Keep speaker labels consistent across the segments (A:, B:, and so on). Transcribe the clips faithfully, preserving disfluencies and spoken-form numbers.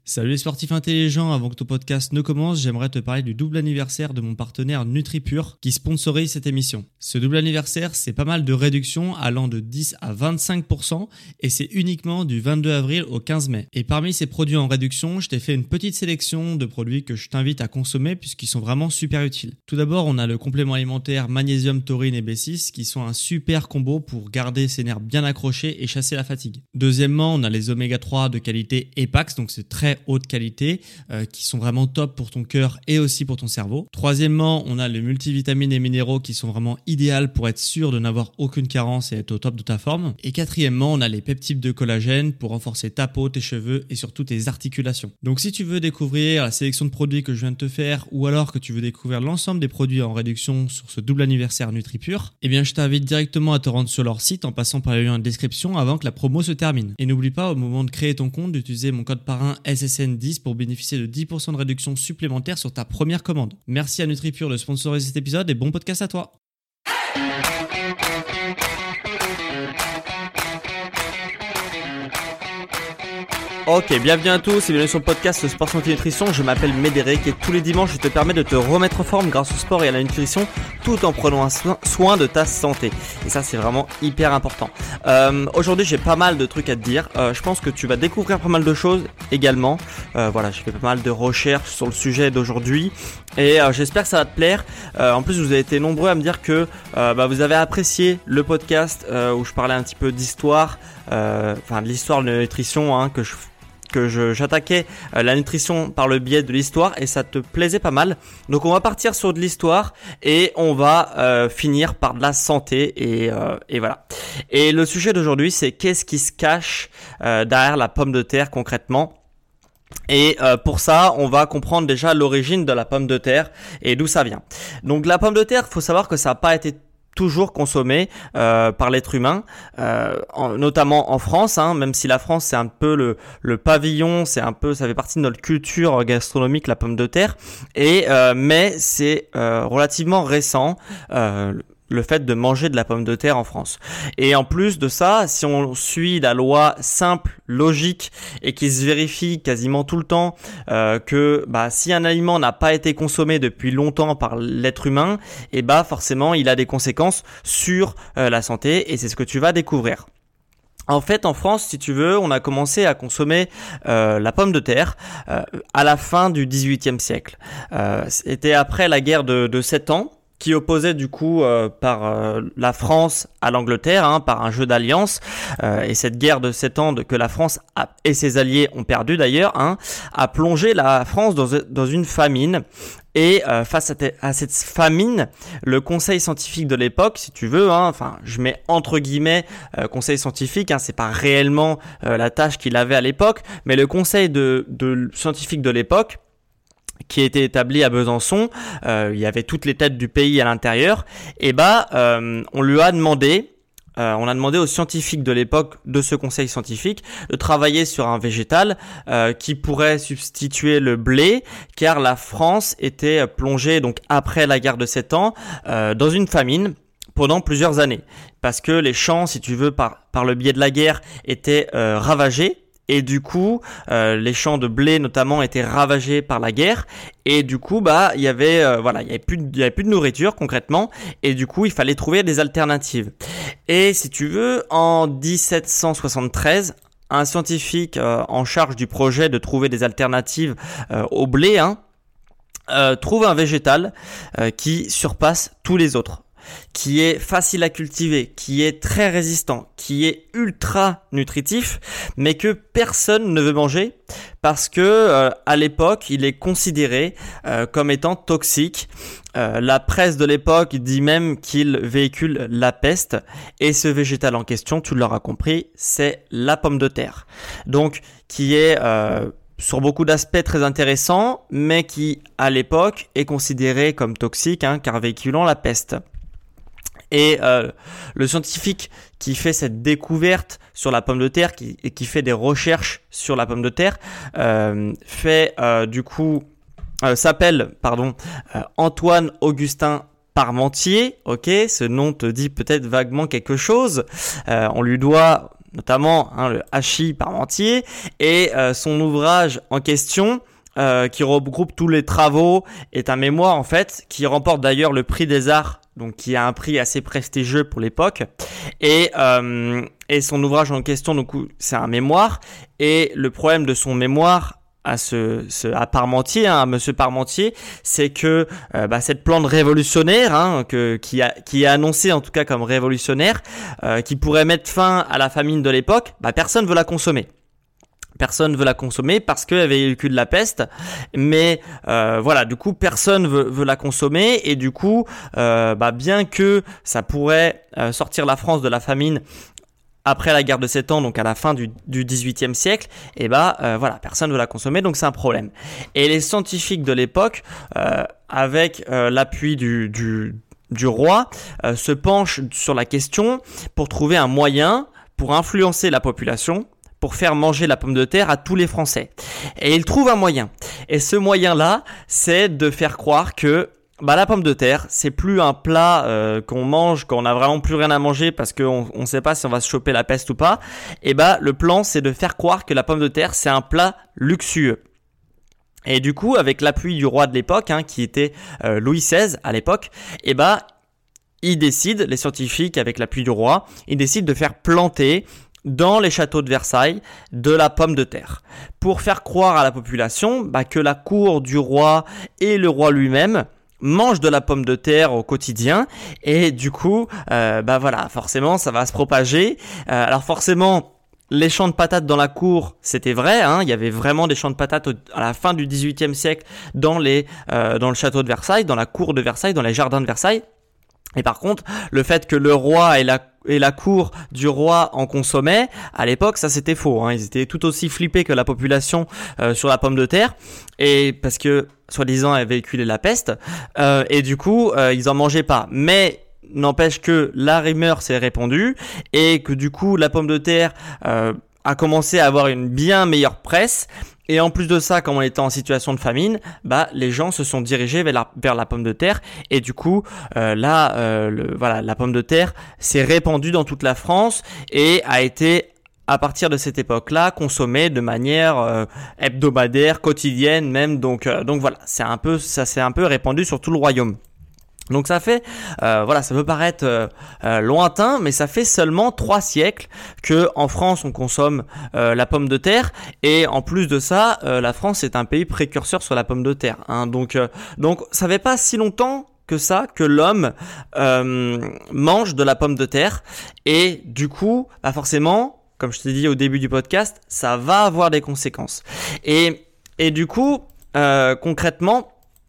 A: Salut les sportifs intelligents, avant que ton podcast ne commence, j'aimerais te parler du double anniversaire de mon partenaire NutriPure qui sponsorise cette émission. Ce double anniversaire, c'est pas mal de réductions allant de dix à vingt-cinq pour cent et c'est uniquement du vingt-deux avril au quinze mai. Et parmi ces produits en réduction, je t'ai fait une petite sélection de produits que je t'invite à consommer puisqu'ils sont vraiment super utiles. Tout d'abord, on a le complément alimentaire magnésium, taurine et B six qui sont un super combo pour garder ses nerfs bien accrochés et chasser la fatigue. Deuxièmement, on a les oméga trois de qualité Epax, donc c'est très haute qualité euh, qui sont vraiment top pour ton cœur et aussi pour ton cerveau. Troisièmement, on a les multivitamines et minéraux qui sont vraiment idéales pour être sûr de n'avoir aucune carence et être au top de ta forme. Et quatrièmement, on a les peptides de collagène pour renforcer ta peau, tes cheveux et surtout tes articulations. Donc si tu veux découvrir la sélection de produits que je viens de te faire ou alors que tu veux découvrir l'ensemble des produits en réduction sur ce double anniversaire NutriPure, eh bien je t'invite directement à te rendre sur leur site en passant par le lien de description avant que la promo se termine. Et n'oublie pas au moment de créer ton compte d'utiliser mon code parrain S S N dix pour bénéficier de dix pour cent de réduction supplémentaire sur ta première commande. Merci à NutriPure de sponsoriser cet épisode et bon podcast à toi.
B: Ok, bienvenue à tous et bienvenue sur le podcast Sport Santé Nutrition. Je m'appelle Médéric et tous les dimanches je te permets de te remettre en forme grâce au sport et à la nutrition tout en prenant un soin, soin de ta santé. Et ça c'est vraiment hyper important. Euh, aujourd'hui j'ai pas mal de trucs à te dire. Euh, je pense que tu vas découvrir pas mal de choses également. Euh, voilà, j'ai fait pas mal de recherches sur le sujet d'aujourd'hui et euh, j'espère que ça va te plaire. Euh, en plus vous avez été nombreux à me dire que euh, bah, vous avez apprécié le podcast euh, où je parlais un petit peu d'histoire, euh, enfin de l'histoire de la nutrition hein, que je que je, j'attaquais euh, la nutrition par le biais de l'histoire et ça te plaisait pas mal. Donc on va partir sur de l'histoire et on va euh, finir par de la santé et, euh, et voilà. Et le sujet d'aujourd'hui c'est qu'est-ce qui se cache euh, derrière la pomme de terre concrètement. Et euh, pour ça, on va comprendre déjà l'origine de la pomme de terre et d'où ça vient. Donc la pomme de terre, faut savoir que ça n'a pas été toujours consommé euh, par l'être humain, euh, en, notamment en France, hein, même si la France c'est un peu le, le pavillon, c'est un peu, ça fait partie de notre culture gastronomique la pomme de terre, et euh, mais c'est euh, relativement récent. Euh, le fait de manger de la pomme de terre en France. Et en plus de ça, si on suit la loi simple, logique et qui se vérifie quasiment tout le temps euh, que bah, si un aliment n'a pas été consommé depuis longtemps par l'être humain, et bah forcément il a des conséquences sur euh, la santé et c'est ce que tu vas découvrir. En fait, en France, si tu veux, on a commencé à consommer euh, la pomme de terre euh, à la fin du dix-huitième siècle. Euh, c'était après la guerre de, de sept ans, qui opposait du coup euh, par euh, la France à l'Angleterre, hein, par un jeu d'alliance. Euh, et cette guerre de sept ans de, que la France a, et ses alliés ont perdu d'ailleurs, hein, a plongé la France dans, dans une famine. Et euh, face à, te, à cette famine, le conseil scientifique de l'époque, si tu veux, hein, enfin je mets entre guillemets euh, conseil scientifique, hein, c'est pas réellement euh, la tâche qu'il avait à l'époque, mais le conseil de, de scientifique de l'époque, qui était établi à Besançon, euh, il y avait toutes les têtes du pays à l'intérieur, et bah euh, on lui a demandé, euh, on a demandé aux scientifiques de l'époque de ce conseil scientifique de travailler sur un végétal euh, qui pourrait substituer le blé, car la France était plongée donc après la guerre de sept ans euh, dans une famine pendant plusieurs années, parce que les champs, si tu veux, par par le biais de la guerre, étaient euh, ravagés. Et du coup, euh, les champs de blé notamment étaient ravagés par la guerre. Et du coup, bah, il y avait, euh, voilà, il y avait plus, de, il y avait plus de nourriture concrètement. Et du coup, il fallait trouver des alternatives. Et si tu veux, en dix-sept cent soixante-treize, un scientifique euh, en charge du projet de trouver des alternatives euh, au blé, hein, euh, trouve un végétal euh, qui surpasse tous les autres, qui est facile à cultiver, qui est très résistant, qui est ultra nutritif, mais que personne ne veut manger parce que euh, à l'époque, il est considéré euh, comme étant toxique. Euh, la presse de l'époque dit même qu'il véhicule la peste. Et ce végétal en question, tu l'auras compris, c'est la pomme de terre. Donc, qui est euh, sur beaucoup d'aspects très intéressant, mais qui, à l'époque, est considéré comme toxique, hein, car véhiculant la peste. Et euh, le scientifique qui fait cette découverte sur la pomme de terre, qui, et qui fait des recherches sur la pomme de terre, euh, fait euh, du coup euh, s'appelle pardon euh, Antoine Augustin Parmentier. Ok, ce nom te dit peut-être vaguement quelque chose. Euh, on lui doit notamment hein, le hachis parmentier, et euh, son ouvrage en question, euh, qui regroupe tous les travaux, est un mémoire en fait, qui remporte d'ailleurs le prix des arts, donc qui a un prix assez prestigieux pour l'époque, et euh, et son ouvrage en question, donc c'est un mémoire, et le problème de son mémoire à ce, ce à Parmentier, hein, à Monsieur Parmentier, c'est que euh, bah, cette plante révolutionnaire, hein, que qui a qui est annoncée en tout cas comme révolutionnaire, euh, qui pourrait mettre fin à la famine de l'époque, bah personne veut la consommer. Personne veut la consommer parce qu'elle véhicule la peste, mais euh, voilà, du coup personne veut, veut la consommer, et du coup, euh, bah, bien que ça pourrait euh, sortir la France de la famine après la guerre de Sept Ans, donc à la fin du, du dix-huitième siècle, et bah euh, voilà, personne veut la consommer, donc c'est un problème. Et les scientifiques de l'époque, euh, avec euh, l'appui du, du, du roi, euh, se penchent sur la question pour trouver un moyen pour influencer la population, pour faire manger la pomme de terre à tous les Français. Et ils trouvent un moyen. Et ce moyen-là, c'est de faire croire que bah la pomme de terre, c'est plus un plat euh, qu'on mange quand on a vraiment plus rien à manger parce qu'on on sait pas si on va se choper la peste ou pas. Et bah le plan, c'est de faire croire que la pomme de terre, c'est un plat luxueux. Et du coup, avec l'appui du roi de l'époque, hein, qui était euh, Louis seize à l'époque, et bah ils décident, les scientifiques avec l'appui du roi, ils décident de faire planter dans les châteaux de Versailles de la pomme de terre pour faire croire à la population bah, que la cour du roi et le roi lui-même mange de la pomme de terre au quotidien, et du coup euh, bah voilà, forcément ça va se propager. Euh, alors forcément les champs de patates dans la cour, c'était vrai, hein, il y avait vraiment des champs de patates au, à la fin du dix-huitième siècle dans les euh, dans le château de Versailles, dans la cour de Versailles, dans les jardins de Versailles. Et par contre, le fait que le roi et la et la cour du roi en consommaient, à l'époque, ça c'était faux, hein. Ils étaient tout aussi flippés que la population euh, sur la pomme de terre, et parce que soi-disant elle véhiculait la peste, euh, et du coup euh, ils en mangeaient pas. Mais n'empêche que la rumeur s'est répandue, et que du coup la pomme de terre euh, a commencé à avoir une bien meilleure presse. Et en plus de ça, comme on était en situation de famine, bah les gens se sont dirigés vers la, vers la pomme de terre, et du coup euh, là, euh, le, voilà, la pomme de terre s'est répandue dans toute la France et a été à partir de cette époque-là consommée de manière euh, hebdomadaire, quotidienne même. Donc euh, donc voilà, c'est un peu ça s'est un peu répandu sur tout le royaume. Donc ça fait, euh, voilà, ça peut paraître euh, euh, lointain, mais ça fait seulement trois siècles que en France on consomme euh, la pomme de terre, et en plus de ça, euh, la France est un pays précurseur sur la pomme de terre. Hein, donc, euh, donc ça fait pas si longtemps que ça que l'homme euh, mange de la pomme de terre, et du coup, bah forcément, comme je t'ai dit au début du podcast, ça va avoir des conséquences. Et et du coup, euh, concrètement.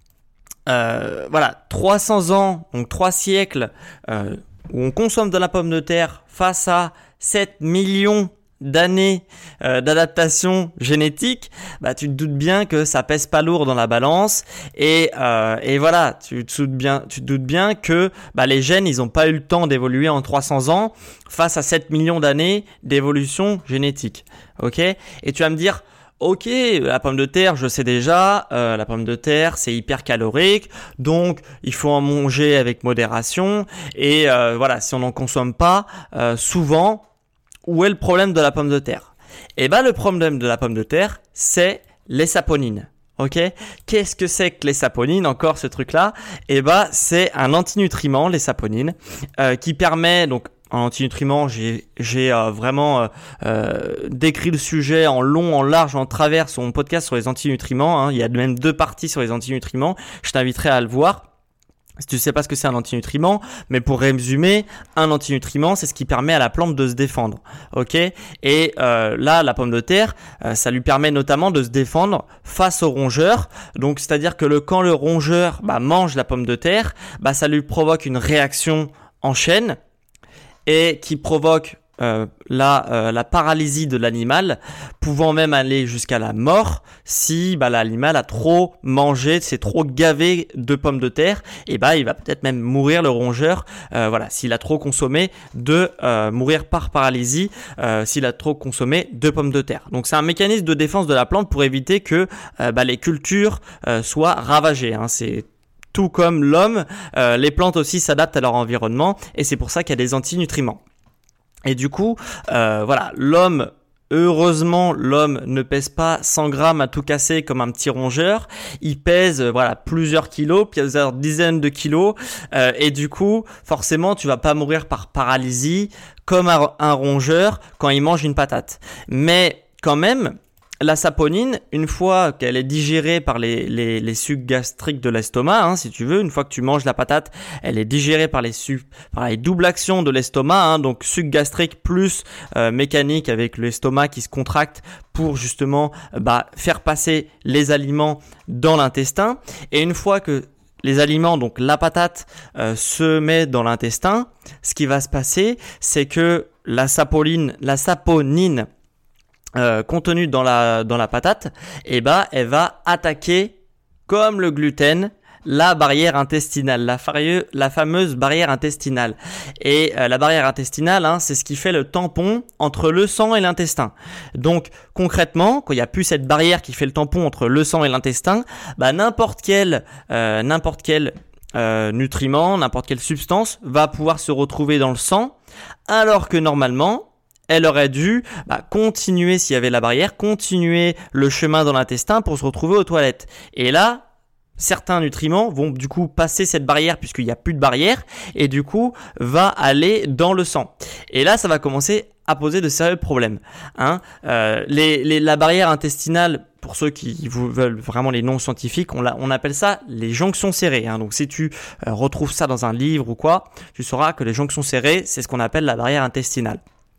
B: Euh, voilà, trois cents ans, donc trois siècles euh, où on consomme de la pomme de terre face à sept millions d'années euh, d'adaptation génétique, bah tu te doutes bien que ça pèse pas lourd dans la balance, et euh, et voilà, tu te doutes bien, tu te doutes bien que bah les gènes, ils ont pas eu le temps d'évoluer en trois cents ans face à sept millions d'années d'évolution génétique. OK ? Et tu vas me dire, ok, la pomme de terre, je sais déjà, euh, la pomme de terre, c'est hyper calorique, donc il faut en manger avec modération, et euh, voilà, si on n'en consomme pas euh, souvent, où est le problème de la pomme de terre ? Eh ben, le problème de la pomme de terre, c'est les saponines. Ok ? Qu'est-ce que c'est que les saponines ? Encore ce truc-là ? Eh ben, c'est un antinutriment, les saponines, euh, qui permet donc en antinutriments, j'ai, j'ai euh, vraiment euh, euh, décrit le sujet en long, en large, en travers sur mon podcast sur les antinutriments. Hein. Il y a même deux parties sur les antinutriments. Je t'inviterai à le voir si tu sais pas ce que c'est un antinutriment. Mais pour résumer, un antinutriment, c'est ce qui permet à la plante de se défendre. Ok ? Et euh, là, la pomme de terre, euh, ça lui permet notamment de se défendre face aux rongeurs. Donc, c'est-à-dire que le, quand le rongeur bah, mange la pomme de terre, bah, ça lui provoque une réaction en chaîne, et qui provoque euh, la, euh, la paralysie de l'animal, pouvant même aller jusqu'à la mort si bah, l'animal a trop mangé, s'est trop gavé de pommes de terre, et bah il va peut-être même mourir, le rongeur, euh, voilà, s'il a trop consommé de euh, mourir par paralysie, euh, s'il a trop consommé de pommes de terre. Donc c'est un mécanisme de défense de la plante pour éviter que euh, bah, les cultures euh, soient ravagées. Hein. C'est tout comme l'homme, euh, les plantes aussi s'adaptent à leur environnement, et c'est pour ça qu'il y a des antinutriments. Et du coup, euh, voilà, l'homme, heureusement, l'homme ne pèse pas cent grammes à tout casser comme un petit rongeur. Il pèse, euh, voilà, plusieurs kilos, plusieurs dizaines de kilos. Euh, et du coup, forcément, tu vas pas mourir par paralysie comme un, un rongeur quand il mange une patate. Mais quand même, la saponine, une fois qu'elle est digérée par les, les, les sucs gastriques de l'estomac, hein, si tu veux, une fois que tu manges la patate, elle est digérée par les sucs, par les doubles actions de l'estomac, hein, donc suc gastrique plus euh, mécanique avec l'estomac qui se contracte pour justement bah, faire passer les aliments dans l'intestin. Et une fois que les aliments, donc la patate, euh, se met dans l'intestin, ce qui va se passer, c'est que la saponine, la saponine Euh, contenue dans la dans la patate, et eh ben elle va attaquer comme le gluten la barrière intestinale, la, farie, la fameuse barrière intestinale. Et euh, la barrière intestinale, hein, c'est ce qui fait le tampon entre le sang et l'intestin. Donc concrètement, quand il n'y a plus cette barrière qui fait le tampon entre le sang et l'intestin, bah n'importe quel euh, n'importe quel euh, nutriment, n'importe quelle substance va pouvoir se retrouver dans le sang, alors que normalement elle aurait dû bah, continuer, s'il y avait la barrière, continuer le chemin dans l'intestin pour se retrouver aux toilettes. Et là, certains nutriments vont du coup passer cette barrière puisqu'il n'y a plus de barrière et du coup va aller dans le sang. Et là, ça va commencer à poser de sérieux problèmes. Hein. Euh, les, les, la barrière intestinale, pour ceux qui veulent vraiment les noms scientifiques, on, la, on appelle ça les jonctions serrées. Hein. Donc si tu euh, retrouves ça dans un livre ou quoi, tu sauras que les jonctions serrées, c'est ce qu'on appelle la barrière intestinale.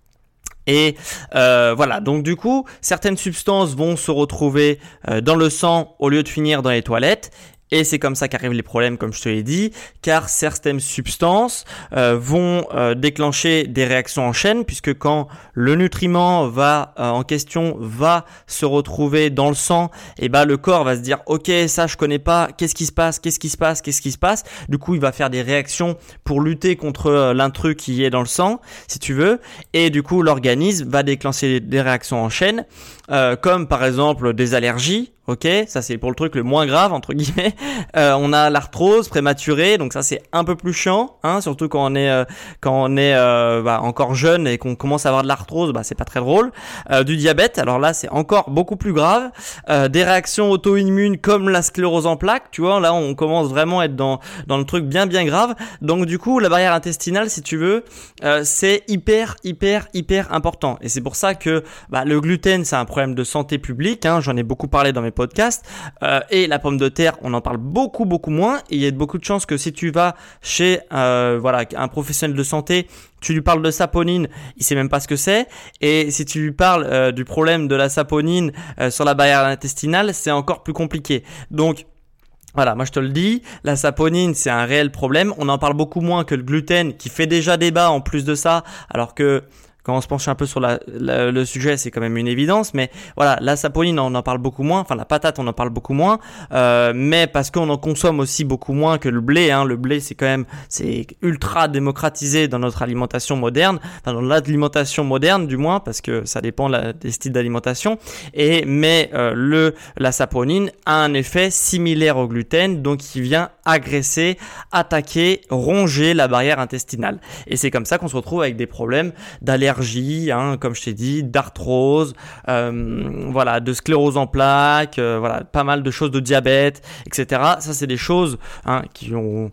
B: Et euh, voilà, donc du coup, certaines substances vont se retrouver euh, dans le sang au lieu de finir dans les toilettes. Et c'est comme ça qu'arrivent les problèmes, comme je te l'ai dit, car certaines substances euh, vont euh, déclencher des réactions en chaîne, puisque quand le nutriment va euh, en question va se retrouver dans le sang, et ben le corps va se dire ok, ça je connais pas, qu'est-ce qui se passe, qu'est-ce qui se passe, qu'est-ce qui se passe. Du coup, il va faire des réactions pour lutter contre euh, l'intrus qui est dans le sang, si tu veux, et du coup l'organisme va déclencher des réactions en chaîne, euh, comme par exemple des allergies. Ok, ça c'est pour le truc le moins grave entre guillemets. Euh, on a l'arthrose prématurée, donc ça c'est un peu plus chiant, hein, surtout quand on est euh, quand on est euh, bah, encore jeune et qu'on commence à avoir de l'arthrose, bah c'est pas très drôle. Euh, du diabète, alors là c'est encore beaucoup plus grave. Euh, des réactions auto-immunes comme la sclérose en plaques, tu vois, là on commence vraiment à être dans dans le truc bien bien grave. Donc du coup la barrière intestinale, si tu veux, euh, c'est hyper hyper hyper important. Et c'est pour ça que bah, le gluten c'est un problème de santé publique. Hein, j'en ai beaucoup parlé dans mes podcast euh, et la pomme de terre on en parle beaucoup beaucoup moins et il y a beaucoup de chances que si tu vas chez euh, voilà un professionnel de santé, tu lui parles de saponine, il sait même pas ce que c'est, et si tu lui parles euh, du problème de la saponine euh, sur la barrière intestinale, c'est encore plus compliqué. Donc voilà, moi je te le dis, la saponine c'est un réel problème, on en parle beaucoup moins que le gluten qui fait déjà débat en plus de ça, alors que quand on se penche un peu sur la, la, le sujet, c'est quand même une évidence. Mais voilà, la saponine, on en parle beaucoup moins. Enfin, la patate, on en parle beaucoup moins. Euh, mais parce qu'on en consomme aussi beaucoup moins que le blé. Hein. Le blé, c'est quand même, c'est ultra démocratisé dans notre alimentation moderne. Enfin, dans l'alimentation moderne, du moins, parce que ça dépend la, des styles d'alimentation. Et mais euh, le la saponine a un effet similaire au gluten, donc il vient agresser, attaquer, ronger la barrière intestinale. Et c'est comme ça qu'on se retrouve avec des problèmes d'allergie. Hein, comme je t'ai dit, d'arthrose, euh, voilà, de sclérose en plaques, euh, voilà, pas mal de choses, de diabète, et cetera. Ça, c'est des choses hein, qui ont,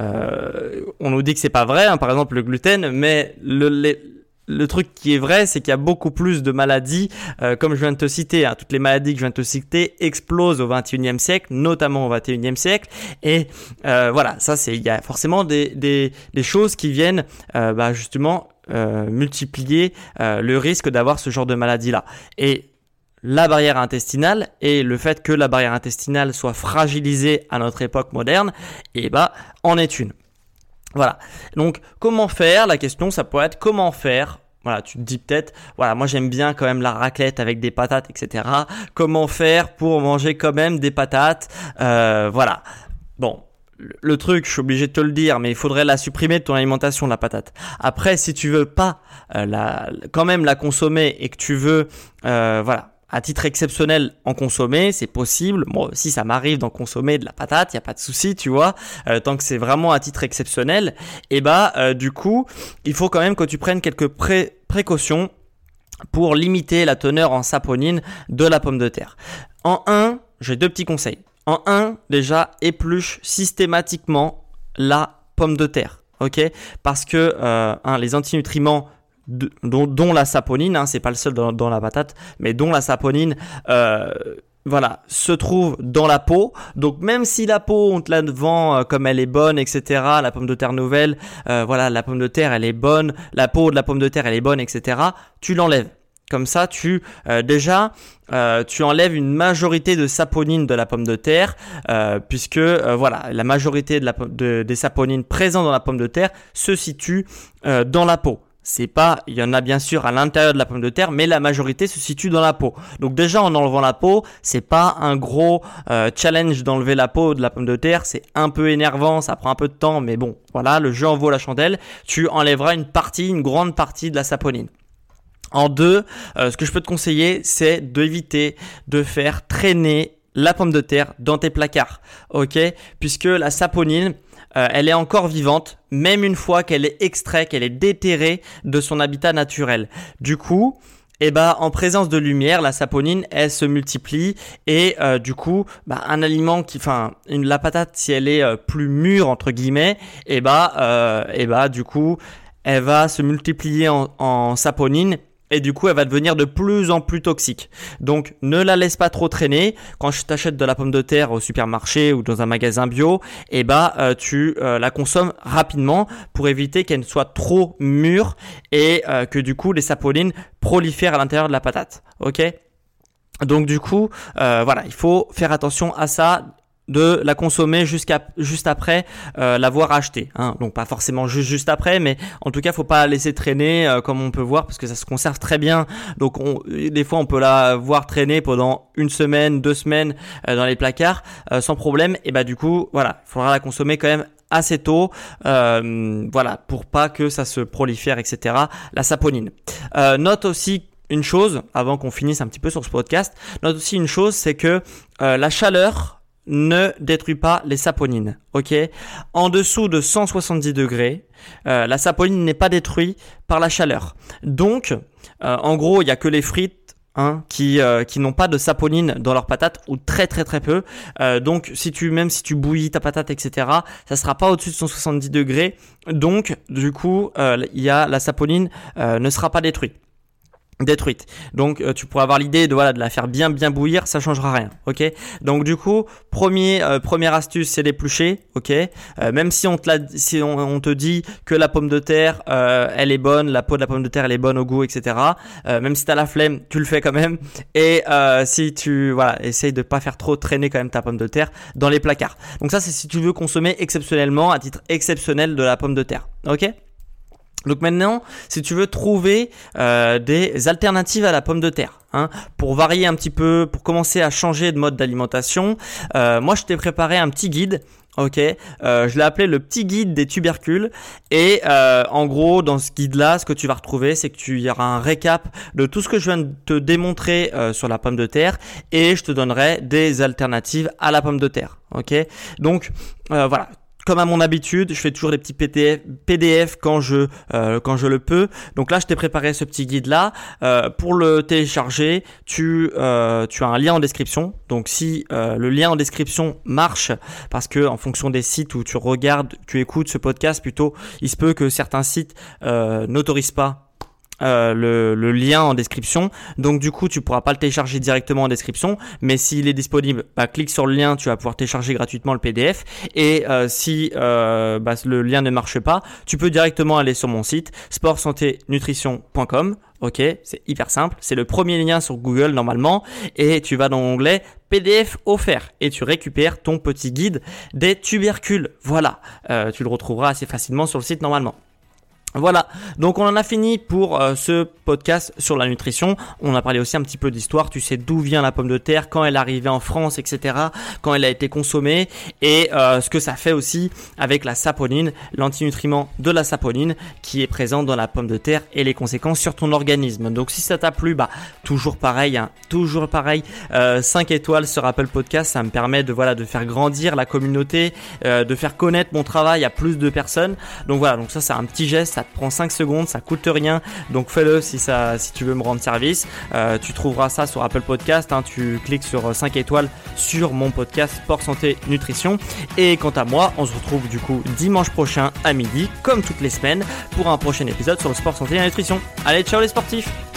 B: euh, on nous dit que c'est pas vrai, hein, par exemple le gluten, mais le, les, le truc qui est vrai, c'est qu'il y a beaucoup plus de maladies, euh, comme je viens de te citer. Hein, toutes les maladies que je viens de te citer explosent au vingt et unième siècle, notamment au vingt et unième siècle. Et euh, voilà, ça, c'est, il y a forcément des, des, des choses qui viennent, euh, bah, justement. Euh, multiplier euh, le risque d'avoir ce genre de maladie-là. Et la barrière intestinale et le fait que la barrière intestinale soit fragilisée à notre époque moderne, et bah, en est une. Voilà. Donc, comment faire? La question, ça pourrait être comment faire? Voilà, tu te dis peut-être, voilà, moi j'aime bien quand même la raclette avec des patates, et cetera. Comment faire pour manger quand même des patates? Euh, voilà. Bon. Le truc, je suis obligé de te le dire, mais il faudrait la supprimer de ton alimentation, la patate. Après, si tu veux pas euh, la, quand même la consommer et que tu veux, euh, voilà, à titre exceptionnel en consommer, c'est possible. Moi aussi, ça m'arrive d'en consommer de la patate, il y a pas de souci, tu vois. Euh, tant que c'est vraiment à titre exceptionnel, et bah, euh, du coup, il faut quand même que tu prennes quelques pré précautions pour limiter la teneur en saponine de la pomme de terre. En un, j'ai deux petits conseils. En un, déjà, épluche systématiquement la pomme de terre, ok ? Parce que euh, hein, les antinutriments de, dont, dont la saponine, hein, c'est pas le seul dans, dans la patate, mais dont la saponine, euh, voilà, se trouve dans la peau. Donc même si la peau, on te la vend euh, comme elle est bonne, et cetera. La pomme de terre nouvelle, euh, voilà, la pomme de terre, elle est bonne. La peau de la pomme de terre, elle est bonne, et cetera. Tu l'enlèves. Comme ça, tu euh, déjà, euh, tu enlèves une majorité de saponine de la pomme de terre, euh, puisque euh, voilà, la majorité de la, de, des saponines présentes dans la pomme de terre se situe euh, dans la peau. C'est pas, il y en a bien sûr à l'intérieur de la pomme de terre, mais la majorité se situe dans la peau. Donc déjà en enlevant la peau, c'est pas un gros euh, challenge d'enlever la peau de la pomme de terre. C'est un peu énervant, ça prend un peu de temps, mais bon, voilà, le jeu en vaut la chandelle. Tu enlèveras une partie, une grande partie de la saponine. En deux, euh, ce que je peux te conseiller, c'est d'éviter de faire traîner la pomme de terre dans tes placards, ok ? Puisque la saponine, euh, elle est encore vivante, même une fois qu'elle est extraite, qu'elle est déterrée de son habitat naturel. Du coup, eh ben, en présence de lumière, la saponine, elle se multiplie et euh, du coup, bah, un aliment qui, enfin, une la patate, si elle est euh, plus mûre entre guillemets, eh ben, euh, eh ben, du coup, elle va se multiplier en, en saponine. Et du coup, elle va devenir de plus en plus toxique. Donc, ne la laisse pas trop traîner. Quand je t'achète de la pomme de terre au supermarché ou dans un magasin bio, eh ben, euh, tu euh, la consommes rapidement pour éviter qu'elle ne soit trop mûre et euh, que du coup, les saponines prolifèrent à l'intérieur de la patate. Ok ? Donc, du coup, euh, voilà, il faut faire attention à ça, de la consommer jusqu'à juste après euh, l'avoir acheté, hein. Donc pas forcément juste juste après, mais en tout cas faut pas la laisser traîner euh, comme on peut voir, parce que ça se conserve très bien. Donc on, des fois on peut la voir traîner pendant une semaine, deux semaines euh, dans les placards euh, sans problème. Et bah du coup voilà, il faudra la consommer quand même assez tôt, euh, voilà, pour pas que ça se prolifère, et cetera. La saponine. Euh, note aussi une chose avant qu'on finisse un petit peu sur ce podcast. Note aussi une chose, c'est que euh, la chaleur ne détruit pas les saponines, ok ? En dessous de cent soixante-dix degrés, euh, la saponine n'est pas détruite par la chaleur. Donc, euh, en gros, il y a que les frites hein, qui euh, qui n'ont pas de saponine dans leur patate, ou très très très peu. Euh, donc, si tu même si tu bouillis ta patate, et cetera, ça sera pas au-dessus de cent soixante-dix degrés. Donc, du coup, euh, il y a la saponine euh, ne sera pas détruite. détruite. Donc euh, tu pourras avoir l'idée de voilà de la faire bien bien bouillir, ça changera rien, ok ? Donc du coup, premier euh, première astuce, c'est d'éplucher, ok ? Euh, même si on te la, si on, on te dit que la pomme de terre, euh, elle est bonne, la peau de la pomme de terre, elle est bonne au goût, et cetera. Euh, même si t'as la flemme, tu le fais quand même. Et euh, si tu voilà, essaye de pas faire trop traîner quand même ta pomme de terre dans les placards. Donc ça, c'est si tu veux consommer exceptionnellement, à titre exceptionnel, de la pomme de terre, ok ? Donc maintenant, si tu veux trouver euh, des alternatives à la pomme de terre, hein, pour varier un petit peu, pour commencer à changer de mode d'alimentation, euh, moi je t'ai préparé un petit guide. Ok, euh, je l'ai appelé le petit guide des tubercules et euh, en gros dans ce guide-là, ce que tu vas retrouver, c'est que tu y aura un récap de tout ce que je viens de te démontrer euh, sur la pomme de terre et je te donnerai des alternatives à la pomme de terre. Ok, donc euh, voilà. Comme à mon habitude, je fais toujours des petits P D F quand je euh, quand je le peux. Donc là, je t'ai préparé ce petit guide là. Euh, pour le télécharger, tu euh, tu as un lien en description. Donc si euh, le lien en description marche, parce que en fonction des sites où tu regardes, tu écoutes ce podcast, plutôt, il se peut que certains sites euh, n'autorisent pas Euh, le, le lien en description, donc du coup tu pourras pas le télécharger directement en description, mais s'il est disponible, bah, clique sur le lien, tu vas pouvoir télécharger gratuitement le P D F. Et euh, si euh, bah, le lien ne marche pas, tu peux directement aller sur mon site sport santé nutrition point com. Ok, c'est hyper simple, c'est le premier lien sur Google normalement, et tu vas dans l'onglet P D F offert et tu récupères ton petit guide des tubercules. Voilà, euh, tu le retrouveras assez facilement sur le site normalement. Voilà, donc on en a fini pour euh, ce podcast sur la nutrition. On a parlé aussi un petit peu d'histoire, tu sais d'où vient la pomme de terre, quand elle est arrivée en France, et cetera, quand elle a été consommée et euh, ce que ça fait aussi avec la saponine, l'antinutriment de la saponine qui est présent dans la pomme de terre et les conséquences sur ton organisme. Donc si ça t'a plu, bah toujours pareil, hein, toujours pareil, euh, cinq étoiles sur Apple Podcast, ça me permet de voilà de faire grandir la communauté, euh, de faire connaître mon travail à plus de personnes. Donc voilà, donc ça c'est un petit geste. ça te prend cinq secondes, ça coûte rien, donc fais-le si ça, si tu veux me rendre service. Euh, tu trouveras ça sur Apple Podcast, hein, tu cliques sur cinq étoiles sur mon podcast Sport, Santé, Nutrition. Et quant à moi, on se retrouve du coup dimanche prochain à midi, comme toutes les semaines, pour un prochain épisode sur le sport, santé et la nutrition. Allez, ciao les sportifs!